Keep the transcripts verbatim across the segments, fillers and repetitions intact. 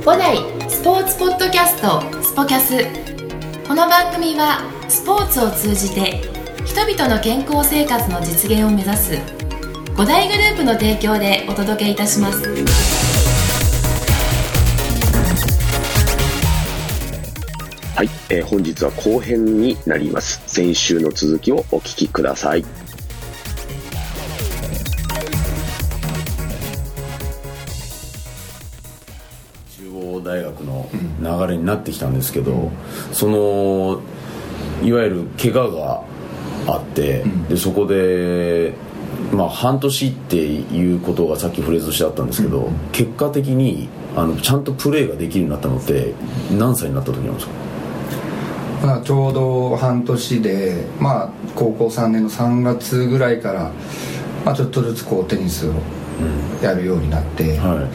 五代スポーツポッドキャストスポキャス。この番組はスポーツを通じて人々の健康生活の実現を目指す五大グループの提供でお届けいたします。 はい、えー、本日は後編になります。先週の続きをお聞きください。 中央大学の流れになってきたんですけど、うん、そのいわゆる怪我があって、うん、でそこでまあ半年っていうことがさっきフレーズとしてあったんですけど、うん、結果的にあのちゃんとプレーができるようになったのって何歳になった時なんですか？ まあ、ちょうど半年で、まあ、高校さんねんのさんがつぐらいから、まあ、ちょっとずつこうテニスをやるようになって、うんはい、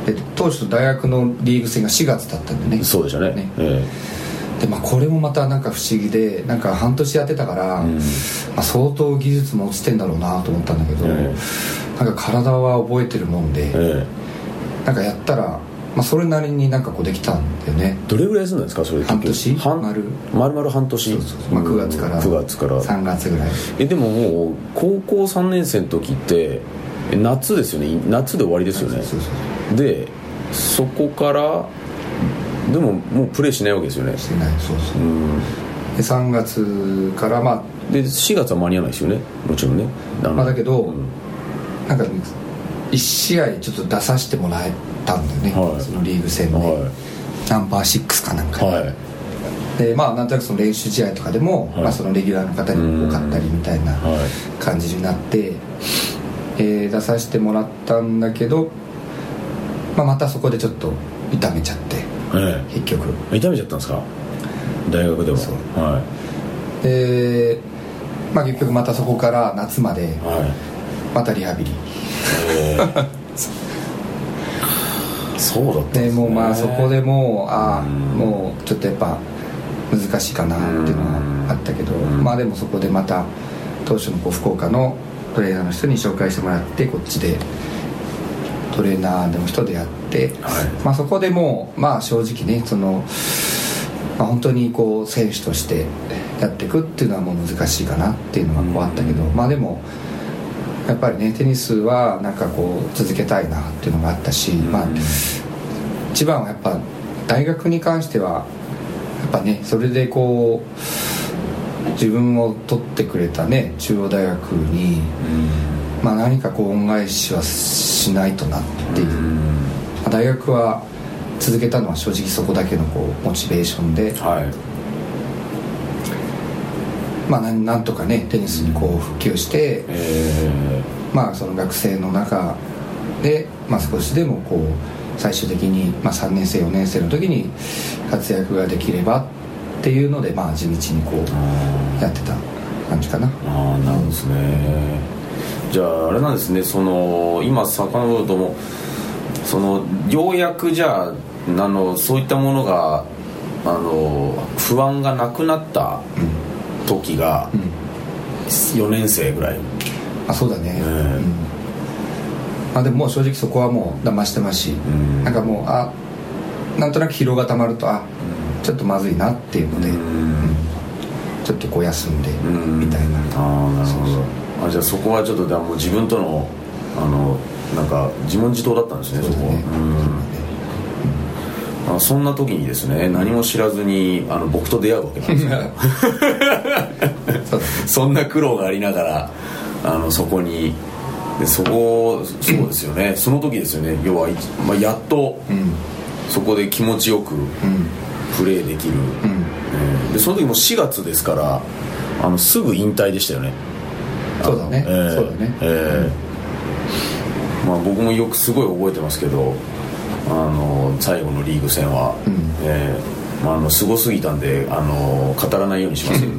で当初大学のリーグ戦がしがつだったんでね。 そうでしたね、ねえーでまあ、これもまたなんか不思議で、なんか半年やってたから、うんまあ、相当技術も落ちてんだろうなと思ったんだけど、えー、なんか体は覚えてるもんで、えー、なんかやったらまあ、それなりになんかこうできたんだよね。 どれぐらいするんですかそれ？ 半年半丸丸々半年。 そうそうそう、まあ、くがつからくがつからさんがつぐらい。 えでももう高校さんねん生の時って夏ですよね。夏で終わりですよね。そうそうそう。でそこからでももうプレーしないわけですよね。 してない。そうそう。うんでさんがつからまあでしがつは間に合わないですよね。もちろんね。 まあ、だけど、うん、なんかいち試合ちょっと出させてもらえたんだよね、はい、そのリーグ戦で、はい、ナンバーシックスかなんか、はい、でまあなんとなくその練習試合とかでも、はいまあ、そのレギュラーの方に多かったりみたいな感じになって、えー、出させてもらったんだけど、まあ、またそこでちょっと痛めちゃって、はい、結局痛めちゃったんですか大学でも。そう、はい、 で、まあ、結局またそこから夏までまたリハビリ、はいそうだったんですね。 でもうまあそこでもうああもうちょっとやっぱ難しいかなっていうのはあったけど、まあでもそこでまた当初のこう福岡のトレーナーの人に紹介してもらってこっちでトレーナーの人でやって、はいまあ、そこでもうまあ正直ねその、まあ、本当にこう選手としてやっていくっていうのはもう難しいかなっていうのがこうあったけど、まあでもやっぱりねテニスはなんかこう続けたいなっていうのがあったし、うんまあ、一番はやっぱ大学に関してはやっぱねそれでこう自分を取ってくれたね中央大学に、うんまあ、何かこう恩返しはしないとなっていう、うんまあ、大学は続けたのは正直そこだけのこうモチベーションで、はいまあ、なんとかねテニスにこう復帰をして、えーまあ、その学生の中で、まあ、少しでもこう最終的に、まあ、さんねん生よねん生の時に活躍ができればっていうので、まあ、地道にこうやってた感じかな。 ああなるほどですね。じゃああれなんですねその今遡るともそのようやくじゃあ、 あのそういったものがあの不安がなくなった、うん時がよねん生ぐらい、うん、 あそうだね、えーうんまあ、でももう正直そこはもう騙してますし、うん、なんかもうあなんとなく疲労がたまるとあちょっとまずいなっていうので、うんうん、ちょっとこう休んでみたいな、うん、 ああなるほど。そうそうあじゃあそこはちょっとでもう自分とのあのなんか自問自答だったんですね。そうですね。そこは、うんあそんな時にですね何も知らずにあの僕と出会うわけなんですよそ, そんな苦労がありながらあのそこにでそこそうですよねその時ですよね要は、まあ、やっと、うん、そこで気持ちよくプレーできる、うんえー、でその時もしがつですからあのすぐ引退でしたよね。 そうだね、えー、そうだね、 えーまあ、僕もよくすごい覚えてますけどあの最後のリーグ戦は、うんえーまあ、あのすごすぎたんであの語らないようにします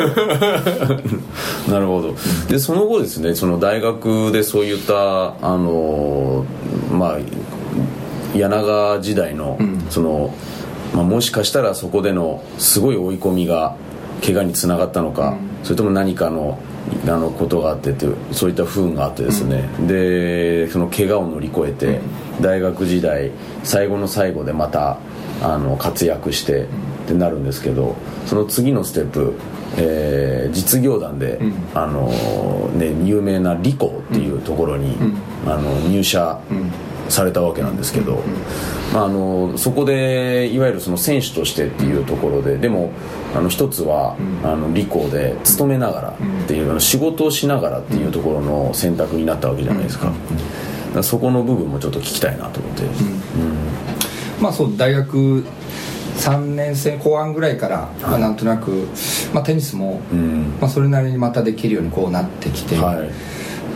なるほど。でその後ですねその大学でそういったあの、まあ、柳川時代の、うんそのまあ、もしかしたらそこでのすごい追い込みが怪我につながったのか、うん、それとも何かのあのことがあってて、そういった不運があってですね、うん、でその怪我を乗り越えて、うん、大学時代最後の最後でまたあの活躍してってなるんですけど、その次のステップ、えー、実業団で、うん、あのね、有名なリコーっていうところに、うん、あの入社されたわけなんですけど、まあ、あのそこでいわゆるその選手としてっていうところで、でもあの一つは、うん、あのリコーで勤めながらっていう、うん、仕事をしながらっていうところの選択になったわけじゃないですか。だからそこの部分もちょっと聞きたいなと思って、うんうん、 まあそう大学さんねん生後半ぐらいから、はい、まあ、なんとなく、まあ、テニスも、うん、まあ、それなりにまたできるようにこうなってきて、はい、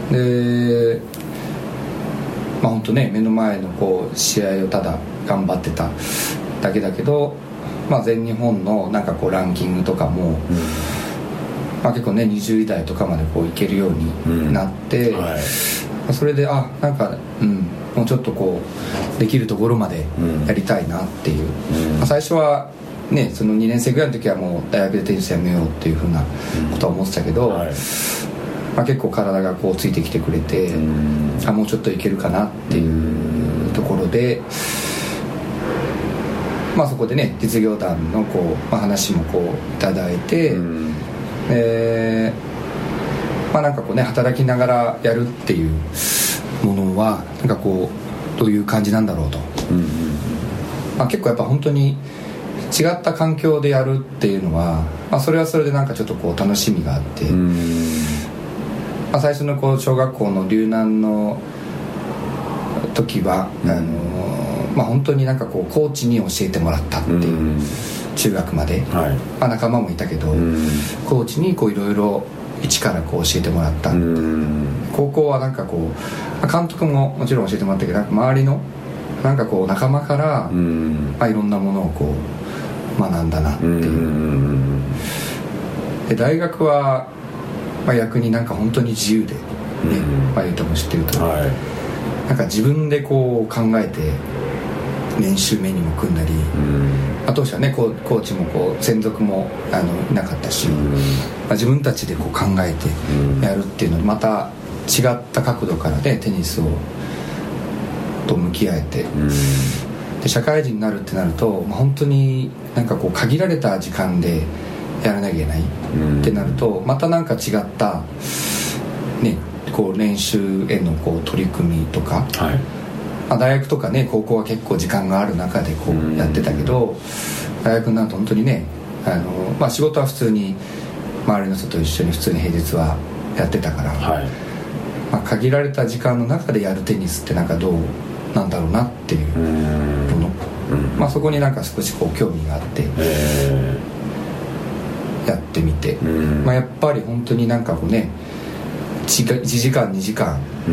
でまあ本当ね、目の前のこう試合をただ頑張ってただけだけど、まあ、全日本のなんかこうランキングとかも、うん、まあ、結構ねにじゅうい代とかまでこういけるようになって、うん、はい、それであなんか、うん、もうちょっとこうできるところまでやりたいなっていう、うん、まあ、最初はね、そのにねん生ぐらいの時はもう大学でテニスやめようっていうふうなことは思ってたけど、うん、はい、まあ、結構体がこうついてきてくれて、うん、あもうちょっといけるかなっていうところで、まあ、そこでね実業団のこう、まあ、話もこういただいて、うん、えー、まあなんかこうね働きながらやるっていうものはなんかこうどういう感じなんだろうと、うんうん、まあ、結構やっぱ本当に違った環境でやるっていうのは、まあ、それはそれでなんかちょっとこう楽しみがあって、うん、まあ、最初のこう小学校の留南の時は、うん、あのまあ、本当になんかこうコーチに教えてもらったっていう、うん、中学まで、はい、まあ、仲間もいたけど、うん、コーチにこういろいろ一からこう教えてもらった、うん、高校はなんかこう、まあ、監督ももちろん教えてもらったけど、なんか周りのなんかこう仲間から、うん、まあ、いろんなものをこう学んだなっていう、うん、で大学は、まあ、逆になんか本当に自由で、ね、うん、まあ、言うとも知ってると、はい、なんか自分でこう考えて練習メニューも組んだり、うん、まあ、当初はねコーチもこう専属もあのいなかったし、うん、まあ、自分たちでこう考えてやるっていうのにまた違った角度からねテニスをと向き合えて、うん、で社会人になるってなると、まあ、本当になんかこう限られた時間でやらなきゃいけない、うん、ってなるとまたなんか違ったねこう練習へのこう取り組みとか、はい、まあ、大学とかね高校は結構時間がある中でこうやってたけど、うん、大学になると本当にねあの、まあ、仕事は普通に周りの人と一緒に普通に平日はやってたから、はい、まあ、限られた時間の中でやるテニスってなんかどうなんだろうなっていうもの、うん、まあ、そこになんか少しこう興味があってやってみて、うん、まあ、やっぱり本当になんかこうねいちじかんにじかん、うん、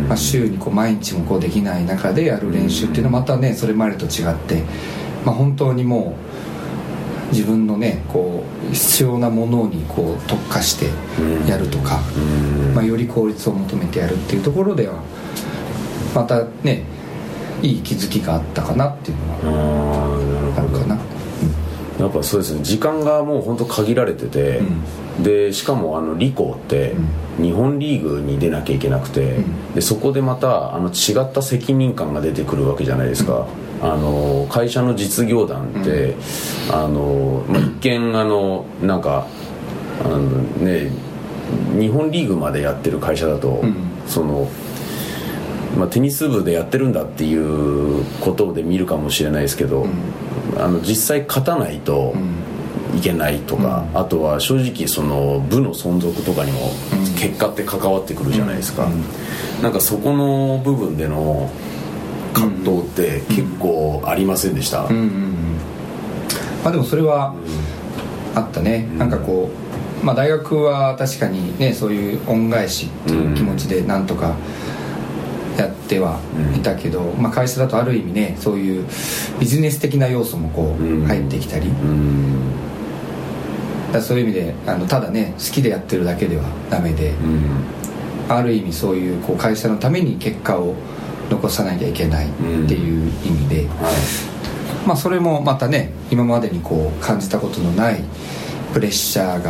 まあ、週にこう毎日もこうできない中でやる練習っていうのはまたねそれまでと違って、まあ、本当にもう自分のねこう必要なものにこう特化してやるとか、うん、まあ、より効率を求めてやるっていうところではまたねいい気づきがあったかなっていうのはあるかな。 やっぱそうですね、時間がもう本当限られてて、うん、でしかもあのリコーって日本リーグに出なきゃいけなくて、うん、でそこでまたあの違った責任感が出てくるわけじゃないですか、うん、あの会社の実業団って、うん、あの、まあ、一見あのなんかあの、ね、日本リーグまでやってる会社だと、うん、そのまあ、テニス部でやってるんだっていうことで見るかもしれないですけど、うん、あの実際勝たないといけないとか、うん、あとは正直その部の存続とかにも結果って関わってくるじゃないですか、うん、なんかそこの部分での葛藤って結構ありませんでした？うんうんうん、 まあ、でもそれはあったね、うん、なんかこう、まあ、大学は確かにねそういう恩返しっていう気持ちでなんとかやってはいたけど、うん、まあ、会社だとある意味ねそういうビジネス的な要素もこう入ってきたり、うん、だそういう意味であのただね好きでやってるだけではダメで、うん、ある意味そういう、こう会社のために結果を残さなきゃいけないっていう意味で、うん、はい、まあ、それもまたね今までにこう感じたことのないプレッシャーが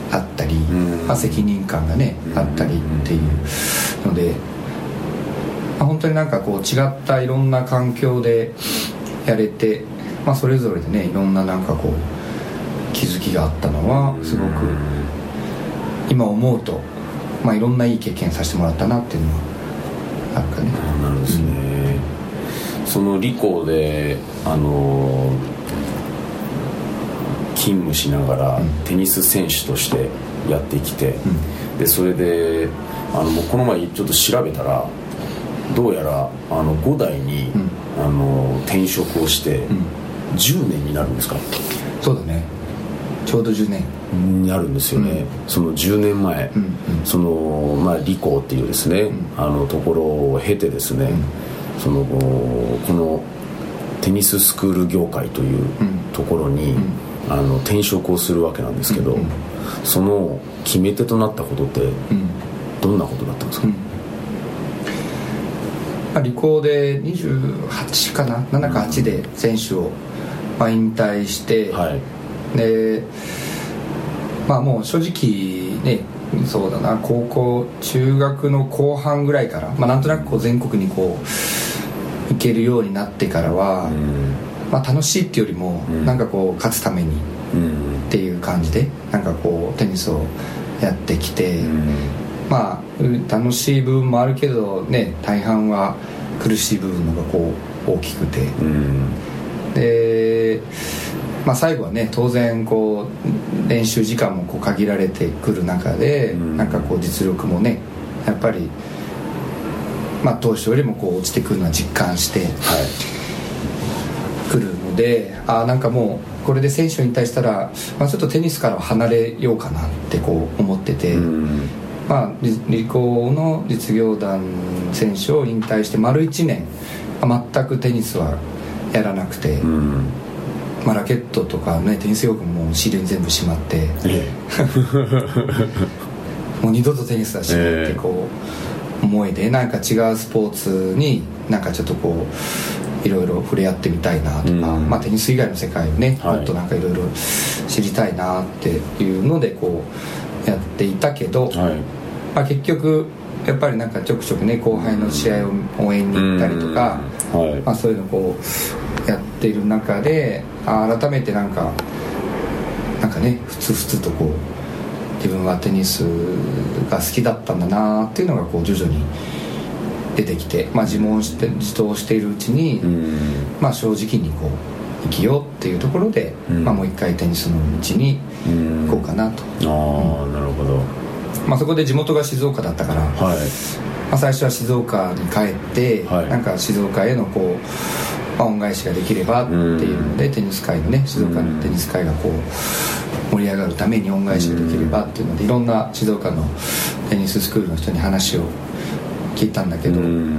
あったり、まあ、責任感がねあったりっていうので、まあ、本当になんかこう違ったいろんな環境でやれて、まあ、それぞれでねいろんななんかこう気づきがあったのはすごく今思うと、まあ、いろんないい経験させてもらったなっていうのはあるかね。 あ、なるほどですね、うん、そのリコであの勤務しながらテニス選手としてやってきて、うん、でそれであのもうこの前ちょっと調べたらどうやらあのご代に、うん、あの転職をしてじゅうねんになるんですか、うん、 そうだね、ちょうどじゅうねんになるんですよね、うん、そのじゅうねんまえ、うんうん、そのまあリコっていうですね、うん、あのところを経てですね、うん、そのこのテニススクール業界というところに、うん、あの転職をするわけなんですけど、うんうん、その決め手となったことってどんなことだったんですか？うん、 まあ、リコでにじゅうはちかなななかはちで選手をまあ引退して、はい、でまあもう正直ねそうだな高校中学の後半ぐらいから、まあ、なんとなくこう全国にこう行けるようになってからは、うんまあ、楽しいっていうよりも、うん、なんかこう勝つためにっていう感じでなんかこうテニスをやってきて、うん、まあ楽しい部分もあるけどね大半は苦しい部分のがこう大きくて、うん、で、まあ、最後はね当然こう練習時間もこう限られてくる中で、うん、なんかこう実力もねやっぱり、まあ、当初よりもこう落ちてくるのは実感して、はい来るので、あなんかもうこれで選手に対したら、まあ、ちょっとテニスからは離れようかなってこう思ってて、うんまあ、リコの実業団選手を引退して丸いちねん全くテニスはやらなくて、うんまあ、ラケットとか、ね、テニス用具もシールに全部しまって、ええ、もう二度とテニスだしってこう思いでなんか違うスポーツになんかちょっとこういろいろ触れ合ってみたいなとか、うんまあ、テニス以外の世界をね、はい、もっとなんかいろいろ知りたいなっていうのでこうやっていたけど、はいまあ、結局やっぱりなんかちょくちょくね後輩の試合を応援に行ったりとか、うんはいまあ、そういうのをこうやっている中で改めてなんかなんかねふつふつとこう自分はテニスが好きだったんだなっていうのがこう徐々に出てきて、まあ、自問して自答しているうちに、うんまあ、正直にこう生きようっていうところで、うんまあ、もう一回テニスの道に行こうかなと、 うん、ああなるほど、 まあ、そこで地元が静岡だったから、はいまあ、最初は静岡に帰って、はい、なんか静岡へのこう、まあ、恩返しができればっていうので、うん、テニス界のね静岡のテニス界がこう盛り上がるために恩返しができればっていうのでいろんな静岡のテニススクールの人に話を聞いたんだけど、うん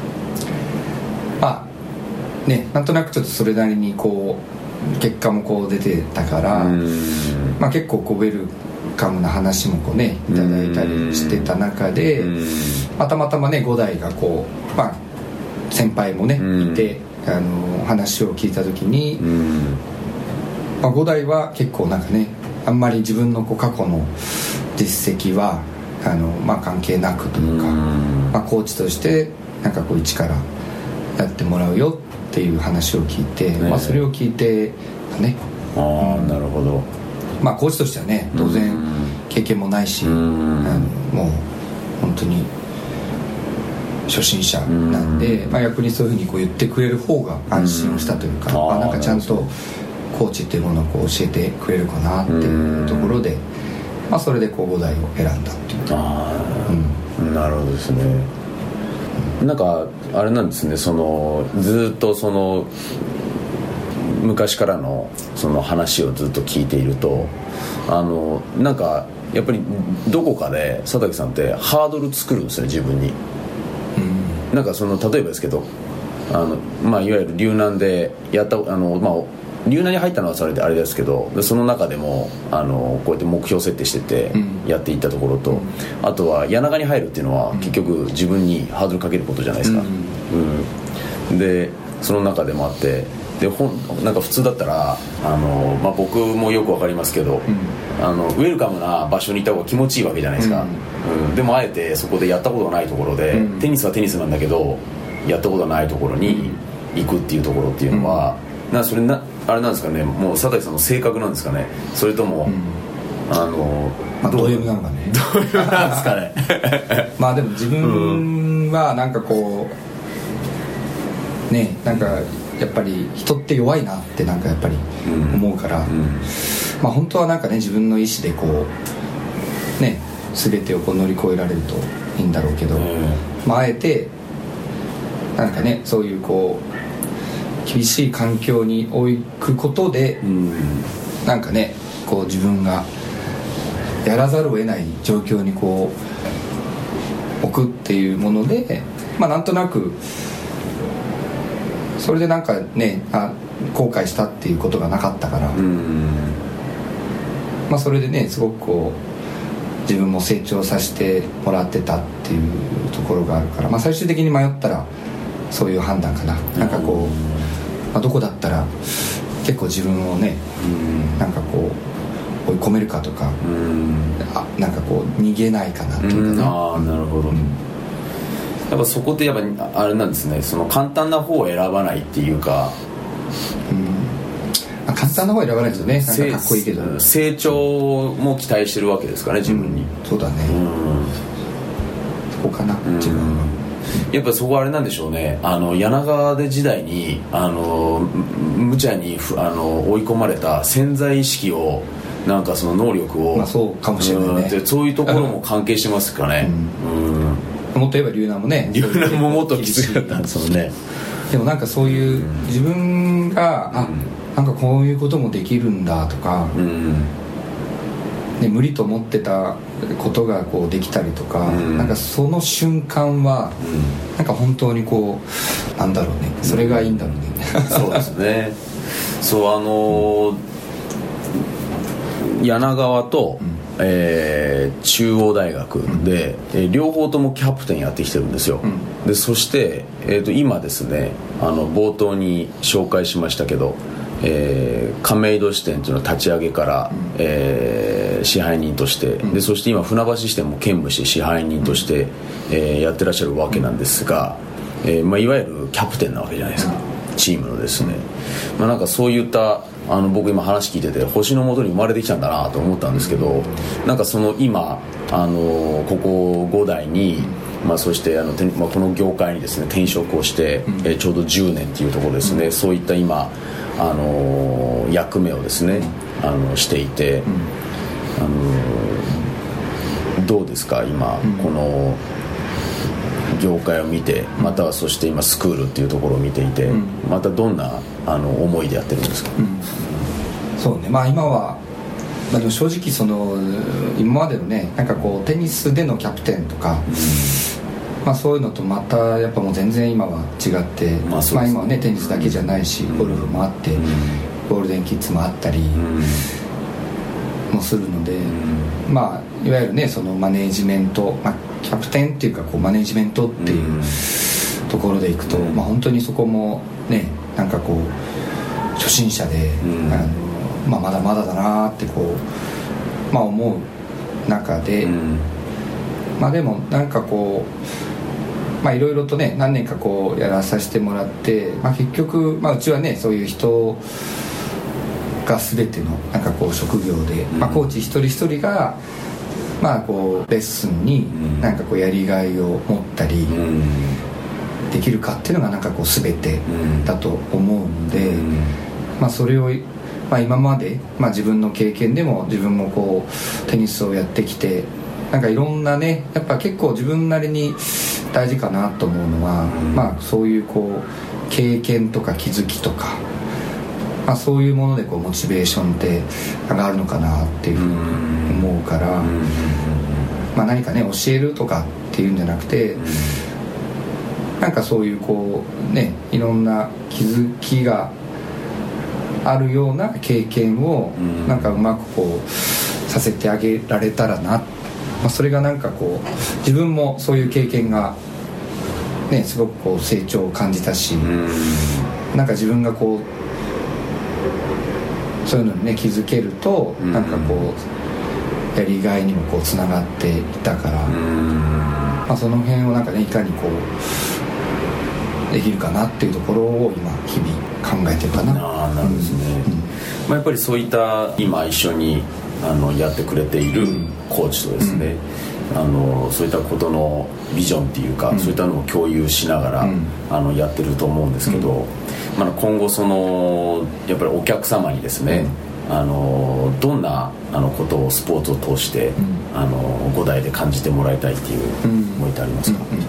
まあねなんとなくちょっとそれなりにこう結果もこう出てたから、うんまあ、結構こうウェルカムな話もこうねいただいたりしてた中で、うんまあ、たまたまねご代がこう、まあ、先輩もね、うん、いてあの話を聞いた時に、うんまあ、ご代は結構なんかねあんまり自分のこう過去の実績はあの、まあ、関係なくというか、うんまあ、コーチとしてなんかこう一からやってもらうよっていう話を聞いて、ねまあ、それを聞いてねああ、うん、なるほど、 まあコーチとしてはね当然経験もないし、うん、あのもう本当に初心者なんで、うんまあ、逆にそういうふうにこう言ってくれる方が安心をしたというか、うんまあ、なんかちゃんとコーチっていうものをこう教えてくれるかなっていうところで、まあ、それでこうご代を選んだっていうあ、 うん、なるほどですね、うん、なんかあれなんですねそのずっとその昔からのその話をずっと聞いているとあのなんかやっぱりどこかで佐竹さんってハードル作るんですね自分に、うん、なんかその例えばですけどあの、まあ、いわゆる留南でやったあの、まあ留南に入ったのはそれであれですけどその中でもあのこうやって目標設定しててやっていったところと、うん、あとは谷中に入るっていうのは結局自分にハードルかけることじゃないですか、うんうん、でその中でもあってでほんなんか普通だったらあの、まあ、僕もよくわかりますけど、うん、あのウェルカムな場所にいた方が気持ちいいわけじゃないですか、うんうん、でもあえてそこでやったことがないところで、うん、テニスはテニスなんだけどやったことがないところに行くっていうところっていうのは、うん、なそれなあれなんですかね、もう佐竹さんの性格なんですかね、それとも、うん、あのまあ、どういうなのかねどういうなんですかねまあでも自分はなんかこうね、なんかやっぱり人って弱いなってなんかやっぱり思うから、うんうん、まあ本当はなんかね自分の意思でこうね全てをこう乗り越えられるといいんだろうけど、うん、まああえてなんかねそういうこう厳しい環境に置くことで、うん、なんかねこう自分がやらざるを得ない状況にこう置くっていうもので、まあなんとなくそれでなんかねあ後悔したっていうことがなかったから、うん、まあそれでねすごくこう自分も成長させてもらってたっていうところがあるから、まあ最終的に迷ったらそういう判断かな、なんかこう、まあ、どこだったら結構自分をね、うん、なんかこう追い込めるかとか、うん、あなんかこう逃げないかなっていうかね、うん、 ああなるほど、うん、やっぱそこってやっぱあれなんですね、その簡単な方を選ばないっていうか、 うんまあ、簡単な方を選ばないですよね、なんかかっこいいけど成長も期待してるわけですかね自分に、 うん、そうだね、うん、そこかな、うん、自分はやっぱそこはあれなんでしょうね、あの柳川で時代にあの無茶にあの追い込まれた潜在意識をなんかその能力を、 まあ、そうかもしれないね、 うん、そういうところも関係してますかね、うんうん、 もっと言えば龍南もね龍南ももっときつかったんですもんね。 でもなんかそういう自分が、うん、あなんかこういうこともできるんだとか、うんね、無理と思ってたことがこうできたりとか、うん、なんかその瞬間は、うん、なんか本当にこうなんだろうね、それがいいんだろうね、 うん、そうですねそうあのー、柳川と、うんえー、中央大学で、うんえー、両方ともキャプテンやってきてるんですよ、うん、でそして、えー、と今ですねあの冒頭に紹介しましたけど、えー、亀戸支店というのは立ち上げから、うんえー、支配人として、うん、でそして今船橋支店も兼務して支配人として、うんえー、やってらっしゃるわけなんですが、えーまあ、いわゆるキャプテンなわけじゃないですか、チームのですね、まあ、なんかそういったあの僕今話聞いてて星の下に生まれてきたんだなと思ったんですけど、なんかその今あのここご代に、まあ、そしてあの、まあ、この業界にですね転職をして、うんえー、ちょうどじゅうねんっていうところですね、うん、そういった今あの役目をですね、うん、あのしていて、うん、あのどうですか今、うん、この業界を見て、またはそして今スクールっていうところを見ていて、うん、またどんなあの思いでやってるんですか、うん、 そうね、まあ今は、まあ、でも正直その今までのねなんかこうテニスでのキャプテンとか、うんまあ、そういうのとまたやっぱもう全然今は違って、まあそうですね、まあ、今はねテニスだけじゃないし、うん、ゴルフもあって、うん、ゴールデンキッズもあったりもするので、うん、まあいわゆるねそのマネージメント、まあ、キャプテンっていうかこうマネージメントっていうところでいくと、うんまあ、本当にそこもねなんかこう初心者で、うんあのまあ、まだまだだなってこう、まあ、思う中で、うんまあ、でもなんかこうまあいろいろとね何年かこうやらさせてもらって、まあ、結局、まあ、うちはねそういう人が全てのなんかこう職業で、まあ、コーチ一人一人がまあこうレッスンになんかこうやりがいを持ったりできるかっていうのがなんかこう全てだと思うので、まあそれをまあ今までまあ自分の経験でも自分もこうテニスをやってきてなんかいろんなねやっぱ結構自分なりに大事かなと思うのはまあそういうこう経験とか気づきとかまあそういうものでこうモチベーションって上がるのかなっていうふうに思うから、まあ、何かね教えるとかっていうんじゃなくてなんかそういうこうねいろんな気づきがあるような経験をなんかうまくこうさせてあげられたらな、まあ、それがなんかこう自分もそういう経験がねすごくこう成長を感じたしなんか自分がこうそういうのにね気づけると、うん、なんかこうやりがいにもこうつながっていたから、うん、まあ、その辺をなんかねいかにこうできるかなっていうところを今日々考えてるかな。 あ、なるほどですね、うん、まあ、やっぱりそういった今一緒にあのやってくれているコーチとですね、うん、あのそういったことのビジョンっていうか、うん、そういったのを共有しながら、うん、あのやってると思うんですけど、うん、まあ、今後そのやっぱりお客様にですね、うん、あのどんなあのことをスポーツを通して、うん、あのご代で感じてもらいたいっていう思いってありますか？うんうんうん、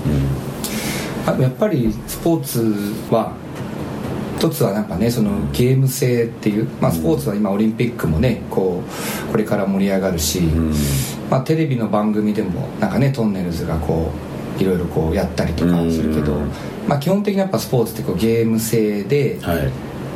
あとやっぱりスポーツは一つはなんかねそのゲーム性っていう、まあ、スポーツは今オリンピックもねこうこれから盛り上がるし、うん、まあ、テレビの番組でもなんかねトンネルズがこういろいろこうやったりとかするけど、うん、まあ、基本的にやっぱスポーツってこうゲーム性で、はい、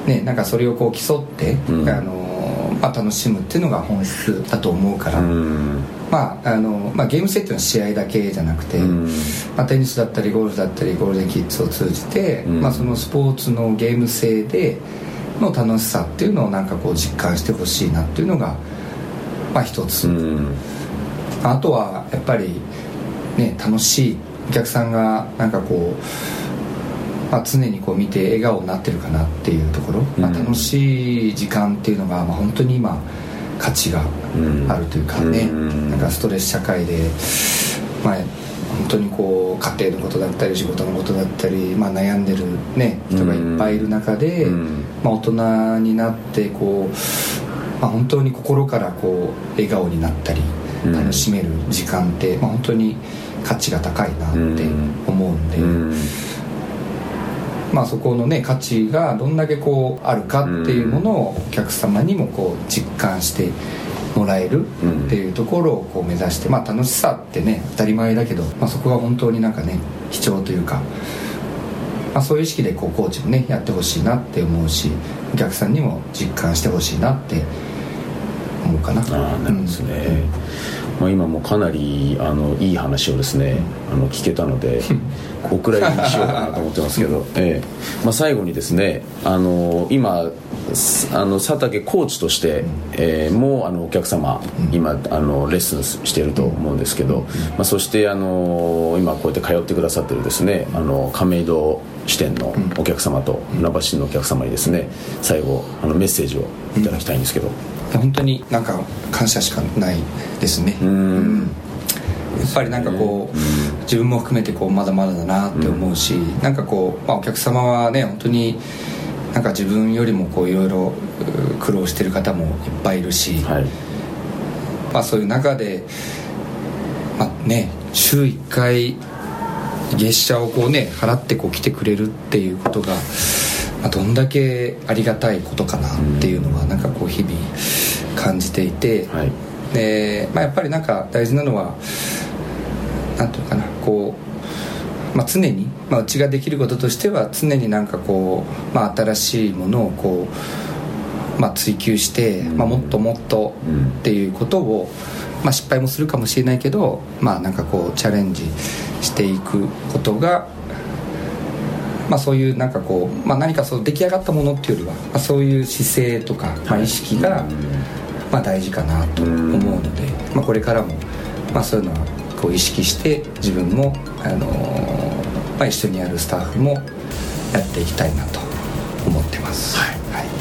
ね、なんかそれをこう競って、うん、あのまあ、楽しむっていうのが本質だと思うから、うん、まああのまあ、ゲーム性っていうのは試合だけじゃなくて、うん、まあ、テニスだったりゴルフだったりゴールデンキッズを通じて、うん、まあ、そのスポーツのゲーム性での楽しさっていうのをなんかこう実感してほしいなっていうのが、まあ、一つ、うん、あとはやっぱり、ね、楽しいお客さんがなんかこう、まあ、常にこう見て笑顔になってるかなっていうところ、うん、まあ、楽しい時間っていうのが、まあ、本当に今価値があるというかね、うん、なんかストレス社会で、まあ、本当にこう家庭のことだったり仕事のことだったり、まあ、悩んでる、ね、人がいっぱいいる中で、うん、まあ、大人になってこう、まあ、本当に心からこう笑顔になったり楽しめる時間って、まあ、本当に価値が高いなって思うんで、うんうん、まあ、そこのね価値がどんだけこうあるかっていうものをお客様にもこう実感してもらえるっていうところをこう目指して、まあ、楽しさってね当たり前だけど、まあ、そこが本当になんかね貴重というか、まあ、そういう意識でこうコーチもねやってほしいなって思うし、お客さんにも実感してほしいなって思うかな。 あ、なんですね、うん、まあ、今もかなりあのいい話をですね、うん、あの聞けたのでお蔵入りにしようかなと思ってますけど、ええ、まあ、最後にですね、あの今あの佐竹コーチとして、うん、えー、もうあのお客様、うん、今あのレッスンしていると思うんですけど、うん、まあ、そしてあの今こうやって通ってくださってるですね、あの亀戸支店のお客様と船橋市のお客様にですね、最後あのメッセージをいただきたいんですけど、 うん、本当になんか感謝しかないですね。うん、うん、やっぱりなんかこう、うん、自分も含めてこうまだまだだなって思うし、うん、なんかこう、まあ、お客様はね本当になんか自分よりもこういろいろ苦労してる方もいっぱいいるし、はい、まあ、そういう中で、まあね、週いっかい月謝をこうね払ってこう来てくれるっていうことが、まあ、どんだけありがたいことかなっていうのはなんかこう日々感じていて、はい、で、まあ、やっぱりなんか大事なのはなんていうかな、こう、まあ、常に、まあ、うちができることとしては常になんかこう、まあ、新しいものをこう、まあ、追求して、まあ、もっともっとっていうことを、まあ、失敗もするかもしれないけど、まあ、なんかこうチャレンジしていくことが、まあ、そういうなんかこう、まあ、何かそう出来上がったものっていうよりは、まあ、そういう姿勢とか、まあ、意識が、まあ、大事かなと思うので、まあ、これからも、まあ、そういうのはこう意識して自分も、あのーまあ、一緒にやるスタッフもやっていきたいなと思ってます、はい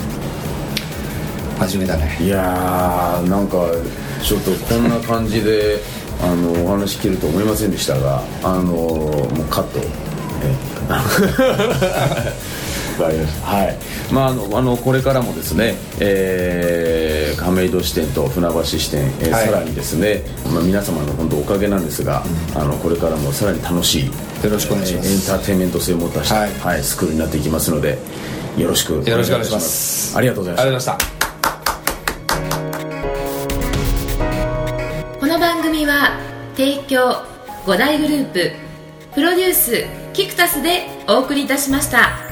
はい、真面目だね。 いやー、なんかちょっとこんな感じであのお話聞けると思いませんでしたが、あのもうカットわかりました。はい。まああのあのこれからもですね、えー、亀戸支店と船橋支店、えーはい、さらにですね、まあ、皆様の本当おかげなんですが、うん、あのこれからもさらに楽しい、よろしくお願いします。 エンターテインメント性を持たした、はいはい、スクールになっていきますので、よろしくお願いします。 よろしくお願いします。 ありがとうございました。 ありがとうございました。 この番組は提供五大グループプロデュースキクタスでお送りいたしました。